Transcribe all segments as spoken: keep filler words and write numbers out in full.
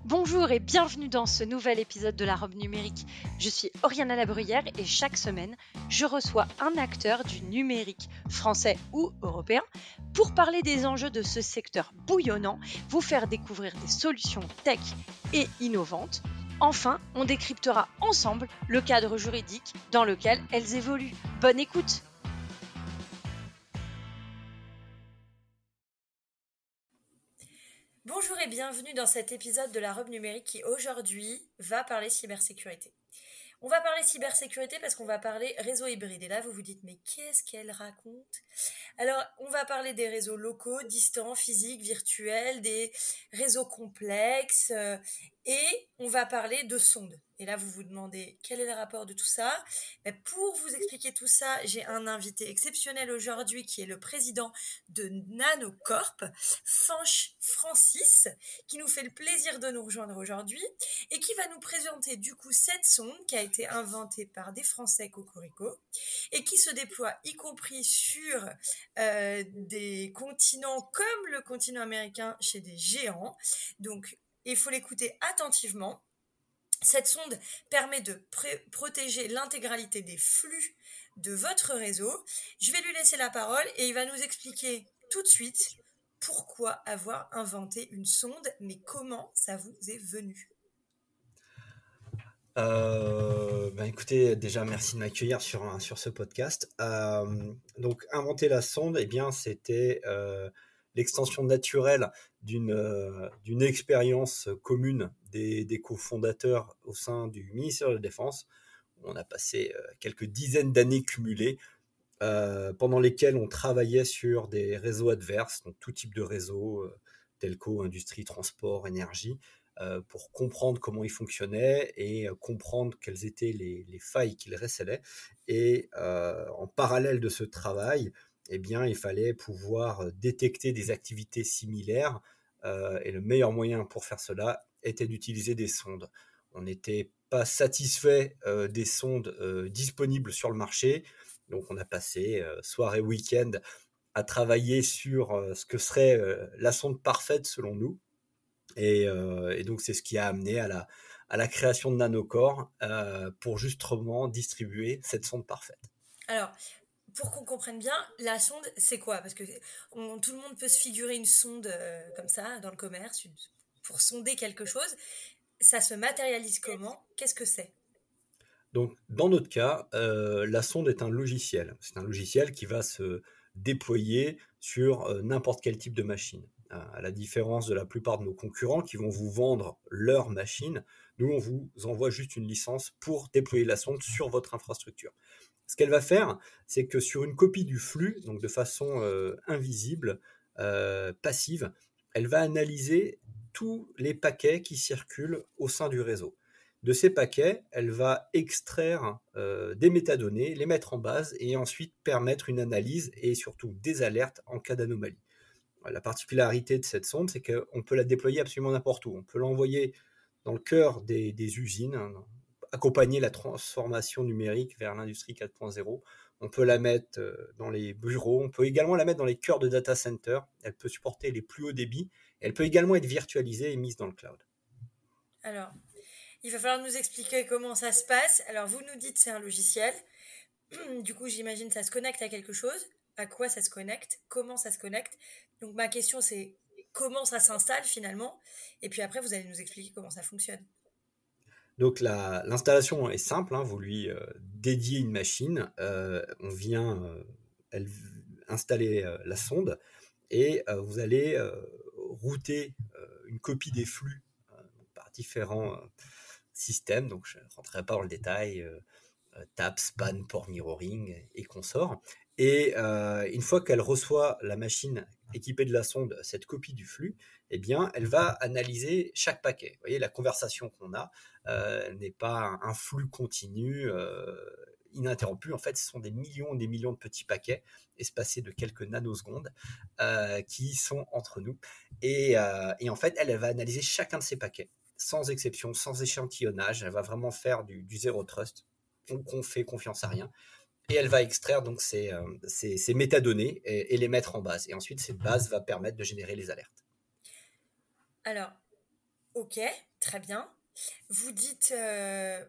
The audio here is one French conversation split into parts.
Bonjour et bienvenue dans ce nouvel épisode de la robe numérique. Je suis Oriana Labruyère et chaque semaine, je reçois un acteur du numérique, français ou européen, pour parler des enjeux de ce secteur bouillonnant, vous faire découvrir des solutions tech et innovantes. Enfin, on décryptera ensemble le cadre juridique dans lequel elles évoluent. Bonne écoute! Bonjour et bienvenue dans cet épisode de la robe numérique qui aujourd'hui va parler cybersécurité. On va parler cybersécurité parce qu'on va parler réseau hybride. Et là, vous vous dites, mais qu'est-ce qu'elle raconte ? Alors, on va parler des réseaux locaux, distants, physiques, virtuels, des réseaux complexes euh, et on va parler de sondes. Et là, vous vous demandez, quel est le rapport de tout ça ? Ben, pour vous expliquer tout ça, j'ai un invité exceptionnel aujourd'hui qui est le président de Nanocorp, Fanch Francis, qui nous fait le plaisir de nous rejoindre aujourd'hui et qui va nous présenter du coup cette sonde qui a été inventée par des Français cocorico et qui se déploie y compris sur euh, des continents comme le continent américain chez des géants. Donc il faut l'écouter attentivement. Cette sonde permet de pré- protéger l'intégralité des flux de votre réseau. Je vais lui laisser la parole et il va nous expliquer tout de suite pourquoi avoir inventé une sonde, mais comment ça vous est venu. Euh, ben écoutez, déjà merci de m'accueillir sur, sur ce podcast. Euh, donc inventer la sonde, eh bien c'était euh, l'extension naturelle d'une euh, d'une expérience commune des, des cofondateurs au sein du ministère de la Défense. On a passé euh, quelques dizaines d'années cumulées euh, pendant lesquelles on travaillait sur des réseaux adverses, donc tout type de réseaux, euh, telco, industrie, transport, énergie, euh, pour comprendre comment ils fonctionnaient et euh, comprendre quelles étaient les, les failles qu'ils récélaient. Et euh, en parallèle de ce travail, eh bien, il fallait pouvoir détecter des activités similaires. Euh, et le meilleur moyen pour faire cela était d'utiliser des sondes. On n'était pas satisfait euh, des sondes euh, disponibles sur le marché. Donc on a passé euh, soirée week-end à travailler sur euh, ce que serait euh, la sonde parfaite selon nous. Et, euh, et donc c'est ce qui a amené à la, à la création de Nanocorp euh, pour justement distribuer cette sonde parfaite. Alors, pour qu'on comprenne bien, la sonde, c'est quoi ? Parce que on- tout le monde peut se figurer une sonde euh, comme ça dans le commerce une- pour sonder quelque chose. Ça se matérialise comment ? Qu'est-ce que c'est ? Donc, dans notre cas, euh, la sonde est un logiciel. C'est un logiciel qui va se déployer sur euh, n'importe quel type de machine. Euh, à la différence de la plupart de nos concurrents qui vont vous vendre leur machine, nous, on vous envoie juste une licence pour déployer la sonde sur votre infrastructure. Ce qu'elle va faire, c'est que sur une copie du flux, donc de façon euh, invisible, euh, passive, elle va analyser tous les paquets qui circulent au sein du réseau. De ces paquets, elle va extraire euh, des métadonnées, les mettre en base et ensuite permettre une analyse et surtout des alertes en cas d'anomalie. La particularité de cette sonde, c'est qu'on peut la déployer absolument n'importe où. On peut l'envoyer dans le cœur des, des usines, hein, accompagner la transformation numérique vers l'industrie quatre point zéro. On peut la mettre dans les bureaux, on peut également la mettre dans les cœurs de data centers. Elle peut supporter les plus hauts débits. Elle peut également être virtualisée et mise dans le cloud. Alors, il va falloir nous expliquer comment ça se passe. Alors, vous nous dites c'est un logiciel. Du coup, j'imagine ça se connecte à quelque chose. À quoi ça se connecte ? Comment ça se connecte ? Donc, ma question, c'est comment ça s'installe finalement ? Et puis après, vous allez nous expliquer comment ça fonctionne. Donc la, l'installation est simple, hein, vous lui euh, dédiez une machine, euh, on vient euh, elle, installer euh, la sonde et euh, vous allez euh, router euh, une copie des flux euh, par différents euh, systèmes, donc je ne rentrerai pas dans le détail, euh, euh, tap, span, port mirroring et consorts. Et euh, une fois qu'elle reçoit la machine équipée de la sonde, cette copie du flux, eh bien, elle va analyser chaque paquet. Vous voyez, la conversation qu'on a euh, n'est pas un flux continu, euh, ininterrompu. En fait, ce sont des millions et des millions de petits paquets espacés de quelques nanosecondes euh, qui sont entre nous. Et, euh, et en fait, elle, elle va analyser chacun de ces paquets, sans exception, sans échantillonnage. Elle va vraiment faire du, du zéro trust. Donc, on fait confiance à rien. Et elle va extraire donc ces, euh, ces, ces métadonnées et, et les mettre en base. Et ensuite, cette base va permettre de générer les alertes. Alors, Ok, très bien. Vous dites euh,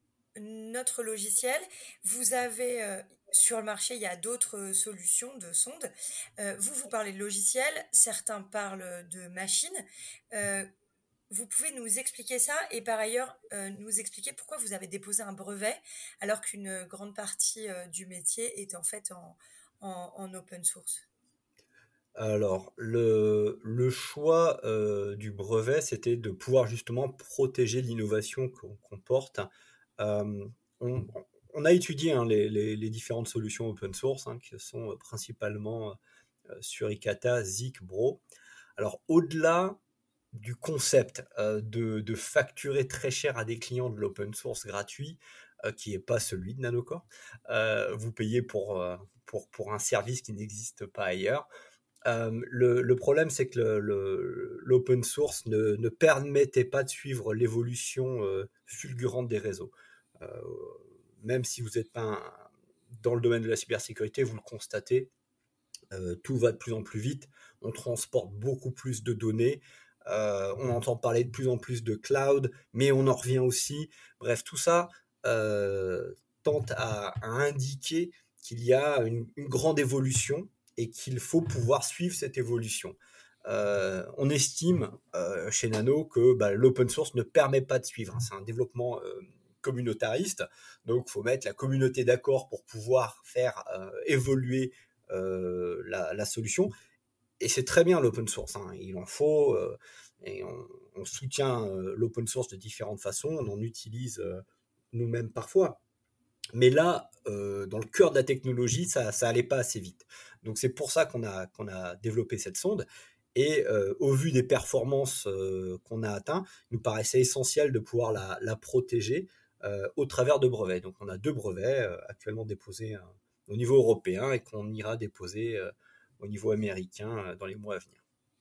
notre logiciel. Vous avez euh, sur le marché, il y a d'autres euh, solutions de sondes. Euh, vous, vous parlez de logiciel, certains parlent de machines. Euh, vous pouvez nous expliquer ça et par ailleurs euh, nous expliquer pourquoi vous avez déposé un brevet alors qu'une grande partie euh, du métier est en fait en, en, en open source. Alors, le, le choix euh, du brevet, c'était de pouvoir justement protéger l'innovation qu'on qu'on porte. Euh, on, on a étudié hein, les, les- les différentes solutions open source, hein, qui sont euh, principalement euh, Suricata, Zik, Bro. Alors, au-delà du concept euh, de, de facturer très cher à des clients de l'open source gratuit, euh, qui n'est pas celui de Nanocore, euh, vous payez pour, euh, pour, pour un service qui n'existe pas ailleurs. Euh, le, le problème, c'est que le- le- l'open source ne, ne permettait pas de suivre l'évolution euh, fulgurante des réseaux. Euh, Même si vous n'êtes pas un- dans le domaine de la cybersécurité, vous le constatez, euh, tout va de plus en plus vite, on transporte beaucoup plus de données, euh, on entend parler de plus en plus de cloud, mais on en revient aussi. Bref, tout ça euh, tente à, à indiquer qu'il y a une, une grande évolution et qu'il faut pouvoir suivre cette évolution. Euh, on estime euh, chez Nano que bah, l'open source ne permet pas de suivre. Hein. C'est un développement euh, communautariste, donc il faut mettre la communauté d'accord pour pouvoir faire euh, évoluer euh, la, la, solution. Et c'est très bien l'open source, hein. Il en faut, euh, et on, on soutient euh, l'open source de différentes façons, on en utilise euh, nous-mêmes parfois. Mais là, euh, dans le cœur de la technologie, ça, ça allait pas assez vite. Donc c'est pour ça qu'on a, qu'on a développé cette sonde. Et euh, au vu des performances euh, qu'on a atteintes, il nous paraissait essentiel de pouvoir la, la protéger euh, au travers de brevets. Donc on a deux brevets euh, actuellement déposés euh, au niveau européen et qu'on ira déposer euh, au niveau américain euh, dans les mois à venir.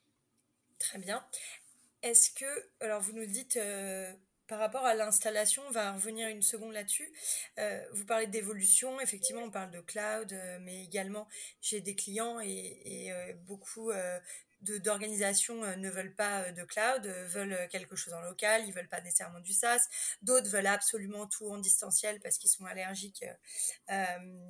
Très bien. Est-ce que, alors vous nous dites euh, par rapport à l'installation, on va revenir une seconde là-dessus. Euh, vous parlez d'évolution, effectivement, on parle de cloud, euh, mais également j'ai des clients et, et euh, beaucoup euh, de, d'organisations euh, ne veulent pas euh, de cloud, euh, veulent quelque chose en local, ils veulent pas nécessairement du SaaS. D'autres veulent absolument tout en distanciel parce qu'ils sont allergiques. Euh,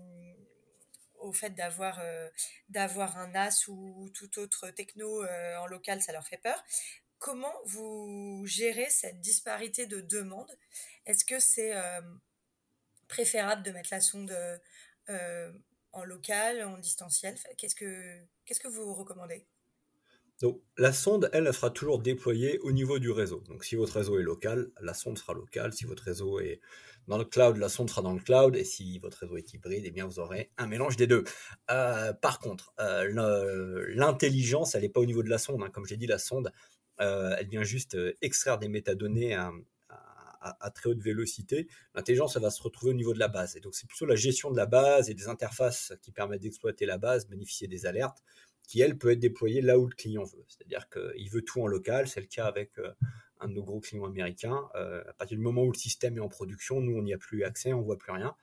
au fait d'avoir euh, d'avoir un NAS ou tout autre techno euh, en local, ça leur fait peur. Comment vous gérez cette disparité de demande? Est-ce que c'est euh, préférable de mettre la sonde euh, en local, en distanciel? Qu'est-ce que, qu'est-ce que vous recommandez? Donc la sonde, elle, elle sera toujours déployée au niveau du réseau. Donc si votre réseau est local, la sonde sera locale. Si votre réseau est dans le cloud, la sonde sera dans le cloud. Et si votre réseau est hybride, eh bien vous aurez un mélange des deux. Euh, par contre, euh, l'intelligence, elle n'est pas au niveau de la sonde. Hein. Comme j'ai dit, la sonde, euh, elle vient juste euh, extraire des métadonnées à, à, à très haute vélocité. L'intelligence, elle va se retrouver au niveau de la base. Et donc c'est plutôt la gestion de la base et des interfaces qui permettent d'exploiter la base, bénéficier des alertes, qui, elle, peut être déployée là où le client veut. C'est-à-dire qu'il veut tout en local, c'est le cas avec euh, un de nos gros clients américains. Euh, à partir du moment où le système est en production, nous, on n'y a plus accès, on ne voit plus rien.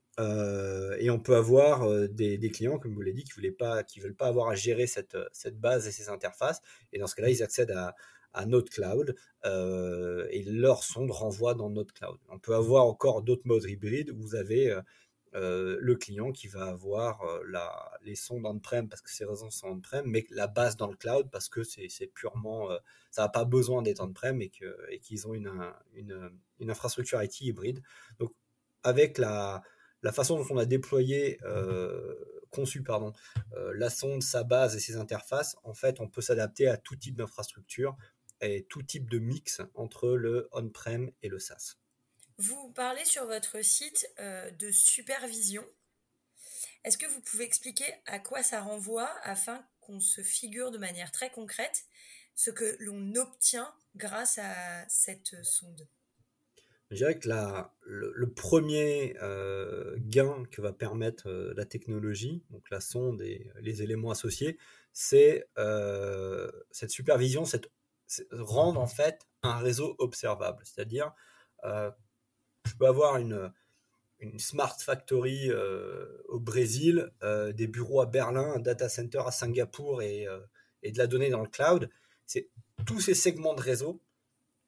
Euh, et on peut avoir euh, des, des clients, comme vous l'avez dit, qui ne pas, qui veulent pas avoir à gérer cette, cette base et ces interfaces. Et dans ce cas-là, ils accèdent à, à notre cloud euh, et leur sonde renvoie dans notre cloud. On peut avoir encore d'autres modes hybrides où vous avez euh, euh, le client qui va avoir euh, la, les sondes on-prem parce que ses réseaux sont on-prem, mais la base dans le cloud parce que c'est, c'est purement, euh, ça n'a pas besoin d'être on-prem et, que, et qu'ils ont une, une, une infrastructure I T hybride. Donc, avec la, la façon dont on a déployé, euh, conçu pardon, euh, la sonde, sa base et ses interfaces, en fait, on peut s'adapter à tout type d'infrastructure et tout type de mix entre le on-prem et le SaaS. Vous parlez sur votre site euh, de supervision. Est-ce que vous pouvez expliquer à quoi ça renvoie afin qu'on se figure de manière très concrète ce que l'on obtient grâce à cette sonde? Je dirais que la, le, le premier euh, gain que va permettre euh, la technologie, donc la sonde et les éléments associés, c'est euh, cette supervision, cette, c'est rendre en fait un réseau observable. C'est-à-dire, euh, je peux avoir une, une smart factory euh, au Brésil, euh, des bureaux à Berlin, un data center à Singapour et, euh, et de la donnée dans le cloud. C'est tous ces segments de réseau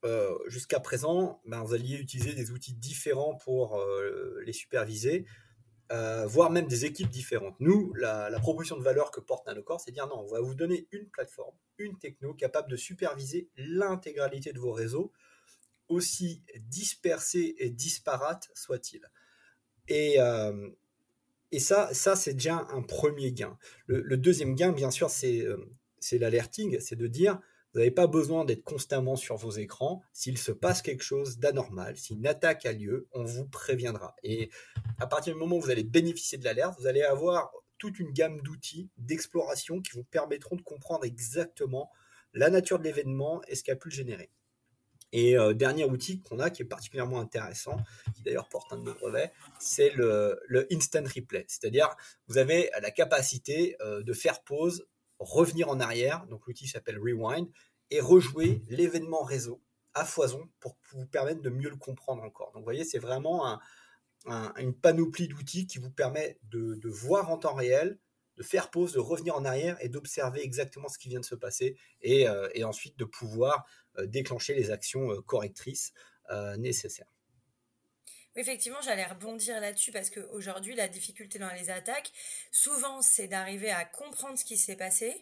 euh, jusqu'à présent, ben, vous alliez utiliser des outils différents pour euh, les superviser, euh, voire même des équipes différentes. Nous, la, la proposition de valeur que porte Nanocore, c'est de dire non, on va vous donner une plateforme, une techno capable de superviser l'intégralité de vos réseaux, aussi dispersés et disparates soient-ils. Et, euh, et ça, ça, c'est déjà un premier gain. Le, le deuxième gain, bien sûr, c'est, euh, c'est l'alerting, c'est de dire, vous n'avez pas besoin d'être constamment sur vos écrans. S'il se passe quelque chose d'anormal, si une attaque a lieu, on vous préviendra. Et à partir du moment où vous allez bénéficier de l'alerte, vous allez avoir toute une gamme d'outils, d'exploration qui vous permettront de comprendre exactement la nature de l'événement et ce qu'a pu le générer. Et euh, dernier outil qu'on a qui est particulièrement intéressant, qui d'ailleurs porte un de nos brevets, c'est le, le instant replay. C'est-à-dire, vous avez la capacité euh, de faire pause, revenir en arrière, donc l'outil s'appelle Rewind, et rejouer l'événement réseau à foison pour vous permettre de mieux le comprendre encore. Donc vous voyez, c'est vraiment un, un, une panoplie d'outils qui vous permet de, de voir en temps réel, de faire pause, de revenir en arrière et d'observer exactement ce qui vient de se passer et, euh, et ensuite de pouvoir euh, déclencher les actions euh, correctrices euh, nécessaires. Oui, effectivement, j'allais rebondir là-dessus parce qu'aujourd'hui, la difficulté dans les attaques, souvent, c'est d'arriver à comprendre ce qui s'est passé,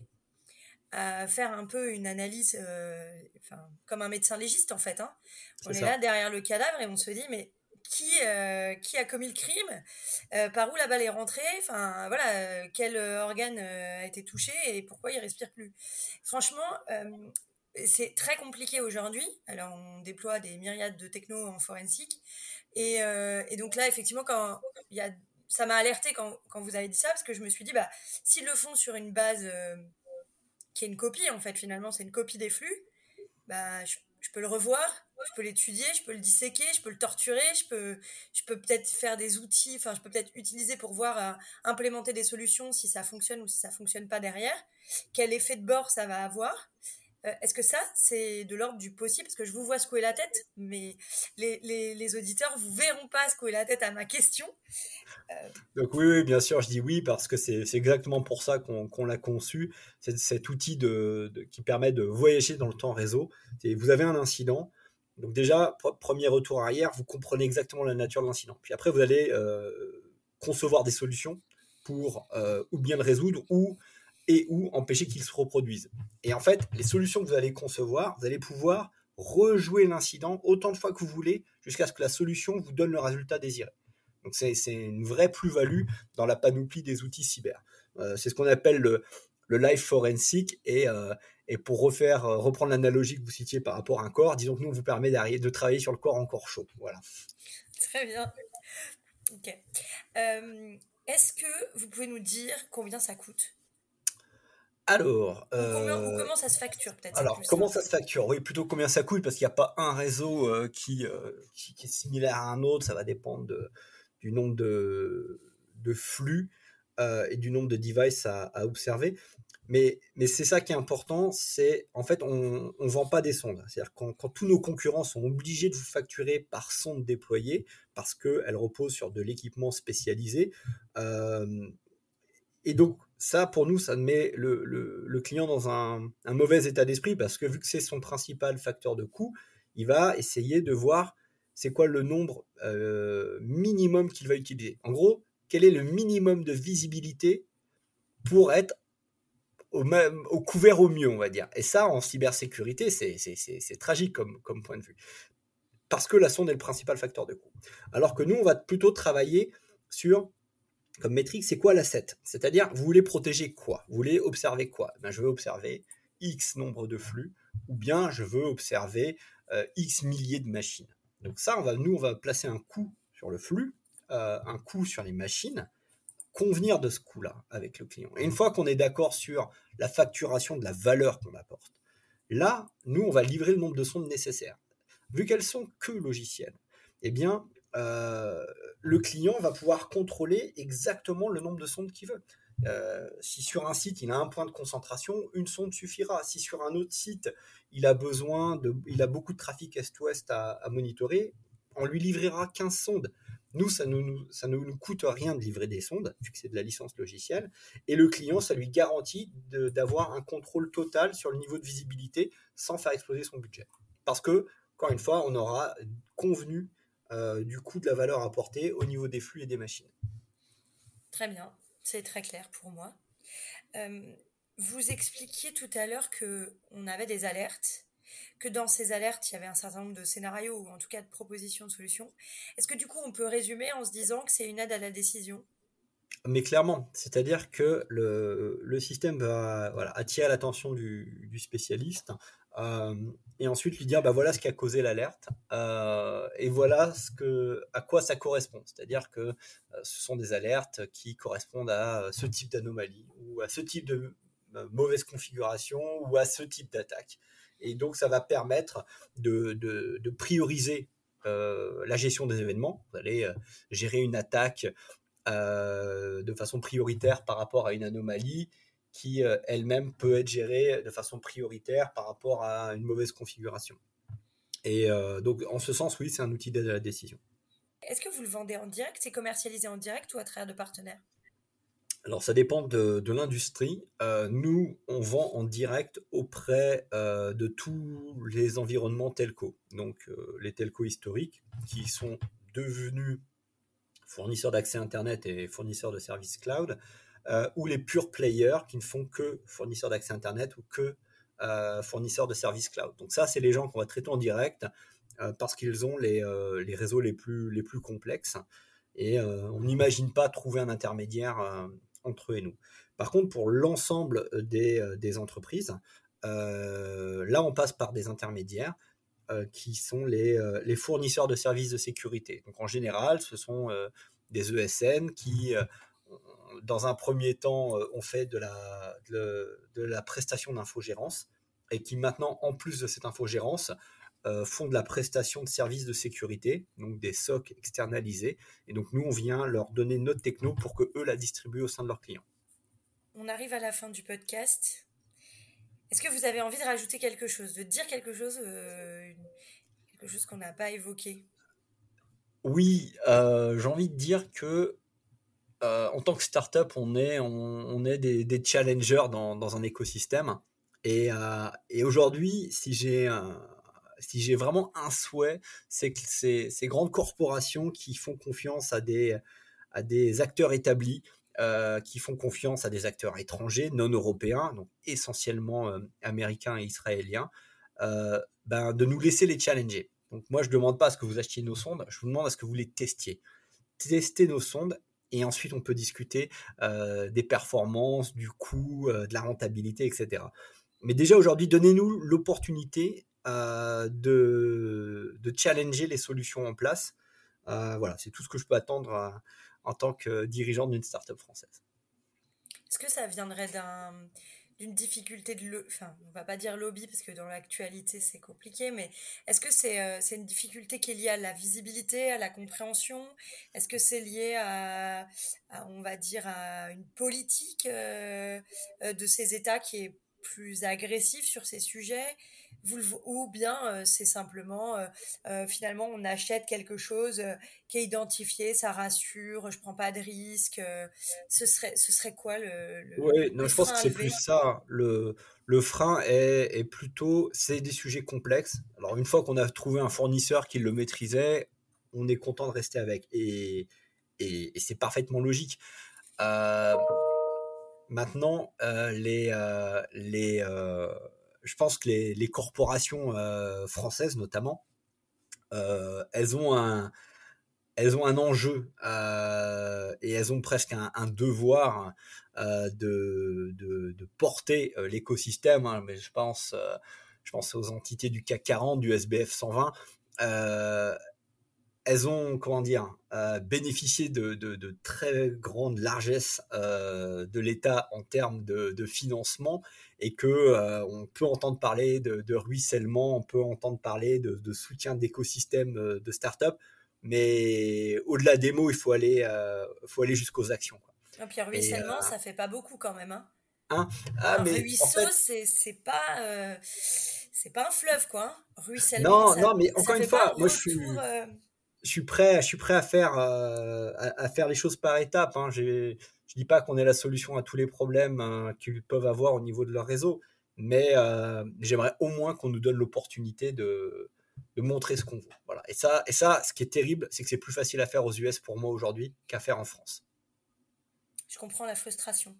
à faire un peu une analyse, euh, enfin, comme un médecin légiste en fait. Hein. On C'est est ça. là derrière le cadavre et on se dit, mais qui, euh, qui a commis le crime, euh, par où la balle est rentrée, enfin voilà, euh, quel euh, organe euh, a été touché et pourquoi il respire plus. Franchement, euh, c'est très compliqué aujourd'hui. Alors on déploie des myriades de technos en forensique et, euh, et donc là effectivement quand il y a, ça m'a alerté quand, quand vous avez dit ça parce que je me suis dit bah s'ils le font sur une base euh, qui est une copie en fait finalement c'est une copie des flux, bah je, je peux le revoir, je peux l'étudier, je peux le disséquer, je peux le torturer, je peux, je peux peut-être faire des outils, enfin je peux peut-être utiliser pour voir euh, implémenter des solutions si ça fonctionne ou si ça fonctionne pas derrière, quel effet de bord ça va avoir. Euh, est-ce que ça c'est de l'ordre du possible parce que je vous vois secouer la tête, mais les, les, les auditeurs vous verront pas secouer la tête à ma question. Euh, Donc oui, oui, bien sûr, je dis oui parce que c'est, c'est exactement pour ça qu'on, qu'on l'a conçu. C'est cet outil de, de- qui permet de voyager dans le temps réseau. C'est, vous avez un incident. Donc déjà, pre- premier retour arrière, vous comprenez exactement la nature de l'incident. Puis après, vous allez euh, concevoir des solutions pour euh, ou bien le résoudre ou et ou empêcher qu'il se reproduise. Et en fait, les solutions que vous allez concevoir, vous allez pouvoir rejouer l'incident autant de fois que vous voulez jusqu'à ce que la solution vous donne le résultat désiré. Donc c'est, c'est une vraie plus-value dans la panoplie des outils cyber. Euh, c'est ce qu'on appelle le, le live forensic et, euh, et pour refaire, euh, reprendre l'analogie que vous citiez par rapport à un corps, disons que nous on vous permet de travailler sur le corps encore chaud. Voilà. Très bien. Ok. Euh, est-ce que vous pouvez nous dire combien ça coûte? Alors, Ou, combien, ou euh, comment ça se facture, peut-être, c'est alors plus comment simple. ça se facture? Oui, plutôt combien ça coûte parce qu'il n'y a pas un réseau euh, qui, euh, qui, qui est similaire à un autre. Ça va dépendre de, du nombre de, de flux euh, et du nombre de devices à, à observer. Mais, mais c'est ça qui est important, c'est en fait on ne vend pas des sondes. C'est-à-dire quand, quand tous nos concurrents sont obligés de vous facturer par sonde déployée parce qu'elle repose sur de l'équipement spécialisé. Euh, et donc ça pour nous ça met le, le, le client dans un, un mauvais état d'esprit parce que vu que c'est son principal facteur de coût, il va essayer de voir c'est quoi le nombre euh, minimum qu'il va utiliser. En gros, quel est le minimum de visibilité pour être au, même, au couvert au mieux, on va dire. Et ça, en cybersécurité, c'est, c'est, c'est, c'est tragique comme, comme point de vue. Parce que la sonde est le principal facteur de coût. Alors que nous, on va plutôt travailler sur, comme métrique, c'est quoi l'asset? C'est-à-dire, vous voulez protéger quoi? Vous voulez observer quoi? Ben, je veux observer X nombre de flux, ou bien je veux observer euh, X milliers de machines. Donc ça, on va, nous, on va placer un coût sur le flux, euh, un coût sur les machines, convenir de ce coût-là avec le client. Et une fois qu'on est d'accord sur la facturation de la valeur qu'on apporte, là, nous, on va livrer le nombre de sondes nécessaires. Vu qu'elles sont que logicielles, eh bien, euh, le client va pouvoir contrôler exactement le nombre de sondes qu'il veut. Euh, si sur un site, il a un point de concentration, une sonde suffira. Si sur un autre site, il a besoin de, il a beaucoup de trafic est-ouest à, à monitorer, on lui livrera quinze sondes. Nous, ça ne nous, ça ne nous coûte rien de livrer des sondes, vu que c'est de la licence logicielle. Et le client, ça lui garantit de, d'avoir un contrôle total sur le niveau de visibilité sans faire exploser son budget. Parce que encore une fois, on aura convenu euh, du coût de la valeur apportée au niveau des flux et des machines. Très bien, c'est très clair pour moi. Euh, vous expliquiez tout à l'heure qu'on avait des alertes, que dans ces alertes, il y avait un certain nombre de scénarios, ou en tout cas de propositions de solutions. Est-ce que du coup, on peut résumer en se disant que c'est une aide à la décision ? Mais clairement, c'est-à-dire que le, le système va voilà, attirer l'attention du, du spécialiste euh, et ensuite lui dire bah, voilà ce qui a causé l'alerte euh, et voilà ce que, à quoi ça correspond. C'est-à-dire que euh, ce sont des alertes qui correspondent à ce type d'anomalie ou à ce type de euh, mauvaise configuration ou à ce type d'attaque. Et donc ça va permettre de, de, de prioriser euh, la gestion des événements. Vous allez euh, gérer une attaque Euh, de façon prioritaire par rapport à une anomalie qui euh, elle-même peut être gérée de façon prioritaire par rapport à une mauvaise configuration. Et euh, donc en ce sens, oui, c'est un outil d'aide à la décision. Est-ce que vous le vendez en direct ? C'est commercialisé en direct ou à travers de partenaires ? Alors ça dépend de, de l'industrie. Euh, nous, on vend en direct auprès euh, de tous les environnements telco. Donc euh, les telcos historiques qui sont devenus fournisseurs d'accès Internet et fournisseurs de services cloud, euh, ou les pure players qui ne font que fournisseurs d'accès Internet ou que euh, fournisseurs de services cloud. Donc ça, c'est les gens qu'on va traiter en direct euh, parce qu'ils ont les, euh, les réseaux les plus, les plus complexes et euh, on n'imagine pas trouver un intermédiaire euh, entre eux et nous. Par contre, pour l'ensemble des, euh, des entreprises, euh, là, on passe par des intermédiaires euh, qui sont les, euh, les fournisseurs de services de sécurité. Donc en général, ce sont euh, des E S N qui, euh, dans un premier temps, euh, ont fait de la, de, de la prestation d'infogérance et qui maintenant, en plus de cette infogérance, euh, font de la prestation de services de sécurité, donc des S O C externalisés. Et donc nous, on vient leur donner notre techno pour qu'eux la distribuent au sein de leurs clients. On arrive à la fin du podcast. Est-ce que vous avez envie de rajouter quelque chose, de dire quelque chose, euh, quelque chose qu'on n'a pas évoqué ? Oui, euh, j'ai envie de dire que euh, en tant que startup, on est, on, on est des, des challengers dans, dans un écosystème. Et, euh, et aujourd'hui, si j'ai, un, si j'ai vraiment un souhait, c'est que ces, ces grandes corporations qui font confiance à des, à des acteurs établis, euh, qui font confiance à des acteurs étrangers, non européens, donc essentiellement euh, américains et israéliens, euh, ben, de nous laisser les challenger. Donc moi, je ne demande pas à ce que vous achetiez nos sondes, je vous demande à ce que vous les testiez. Tester nos sondes et ensuite on peut discuter euh, des performances, du coût, euh, de la rentabilité, et cetera. Mais déjà aujourd'hui, donnez-nous l'opportunité euh, de, de challenger les solutions en place. Euh, voilà, c'est tout ce que je peux attendre euh, en tant que dirigeant d'une startup française. Est-ce que ça viendrait d'un, d'une difficulté de... Le... Enfin, on va pas dire lobby parce que dans l'actualité c'est compliqué, mais est-ce que c'est, euh, c'est une difficulté qui est liée à la visibilité, à la compréhension ? Est-ce que c'est lié à, à, on va dire, à une politique euh, euh, de ces États qui est plus agressif sur ces sujets, vous le, ou bien euh, c'est simplement euh, euh, finalement on achète quelque chose euh, qui est identifié, ça rassure, je prends pas de risque. Euh, ce serait ce serait quoi le, le, Oui, le non, je pense frein que à c'est lever? plus ça. Le, le frein est, est plutôt, c'est des sujets complexes. Alors une fois qu'on a trouvé un fournisseur qui le maîtrisait, on est content de rester avec. Et, et, et c'est parfaitement logique. Euh, Maintenant, euh, les, euh, les, euh, je pense que les, les corporations euh, françaises notamment, euh, elles ont un, elles ont un enjeu euh, et elles ont presque un, un devoir euh, de, de, de porter euh, l'écosystème. Hein, mais je pense, euh, je pense aux entités du C A C quarante, du S B F cent vingt. Euh, elles ont, comment dire, euh, bénéficié de, de, de très grandes largesses euh, de l'État en termes de, de financement et que euh, on peut entendre parler de, de ruissellement, on peut entendre parler de, de soutien d'écosystème euh, de start-up, mais au-delà des mots, il faut aller, euh, faut aller jusqu'aux actions, quoi. Et puis Et, euh, ruissellement, ça fait pas beaucoup quand même, hein. hein, ah, Un mais en ruisseau, fait, c'est c'est pas euh, c'est pas un fleuve quoi, hein. Ruissellement, non, ça non, mais ça encore une fait pas fois, un moi je retour. suis, euh, je suis prêt, je suis prêt à faire, euh, à, à faire les choses par étapes. Hein. J'ai, je dis pas qu'on est la solution à tous les problèmes hein, qu'ils peuvent avoir au niveau de leur réseau, mais euh, j'aimerais au moins qu'on nous donne l'opportunité de, de montrer ce qu'on vaut. Voilà. Et ça, et ça, ce qui est terrible, c'est que c'est plus facile à faire aux U S pour moi aujourd'hui qu'à faire en France. Je comprends la frustration.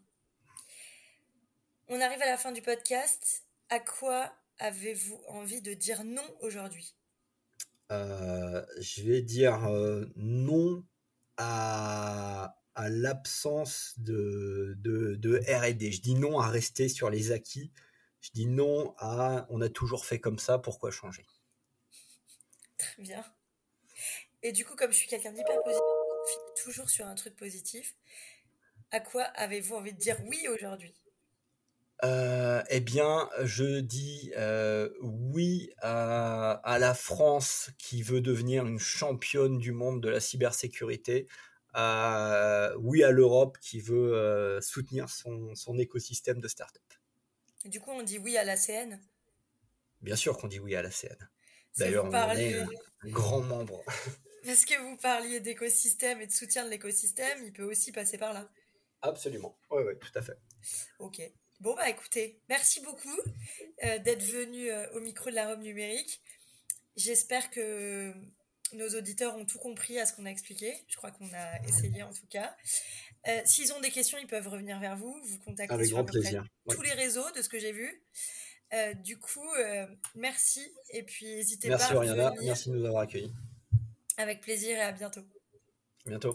On arrive à la fin du podcast. À quoi avez-vous envie de dire non aujourd'hui ? Euh, je vais dire euh, non à, à l'absence de, de, de R et D. Je dis non à rester sur les acquis. Je dis non à on a toujours fait comme ça, pourquoi changer ? Très bien. Et du coup, comme je suis quelqu'un d'hyper positif, on finit toujours sur un truc positif. À quoi avez-vous envie de dire oui aujourd'hui ? Euh, eh bien, je dis euh, oui à, à la France qui veut devenir une championne du monde de la cybersécurité. Euh, oui à l'Europe qui veut euh, soutenir son, son écosystème de start-up. Du coup, on dit oui à l'A C N. Bien sûr qu'on dit oui à l'A C N. Parce que D'ailleurs, vous on en est parliez, un, un grand membre. parce que vous parliez d'écosystème et de soutien de l'écosystème, il peut aussi passer par là. Absolument. Oui, oui, tout à fait. Ok. Bon, bah écoutez, merci beaucoup euh, d'être venu euh, au micro de la Robe numérique. J'espère que nos auditeurs ont tout compris à ce qu'on a expliqué. Je crois qu'on a essayé en tout cas. Euh, s'ils ont des questions, ils peuvent revenir vers vous, vous contacter Avec sur à grand peu près plaisir. Oui. tous les réseaux de ce que j'ai vu. Euh, du coup, euh, merci et puis n'hésitez pas Merci à Oriana, revenir merci de nous avoir accueillis. avec plaisir et à bientôt. À bientôt.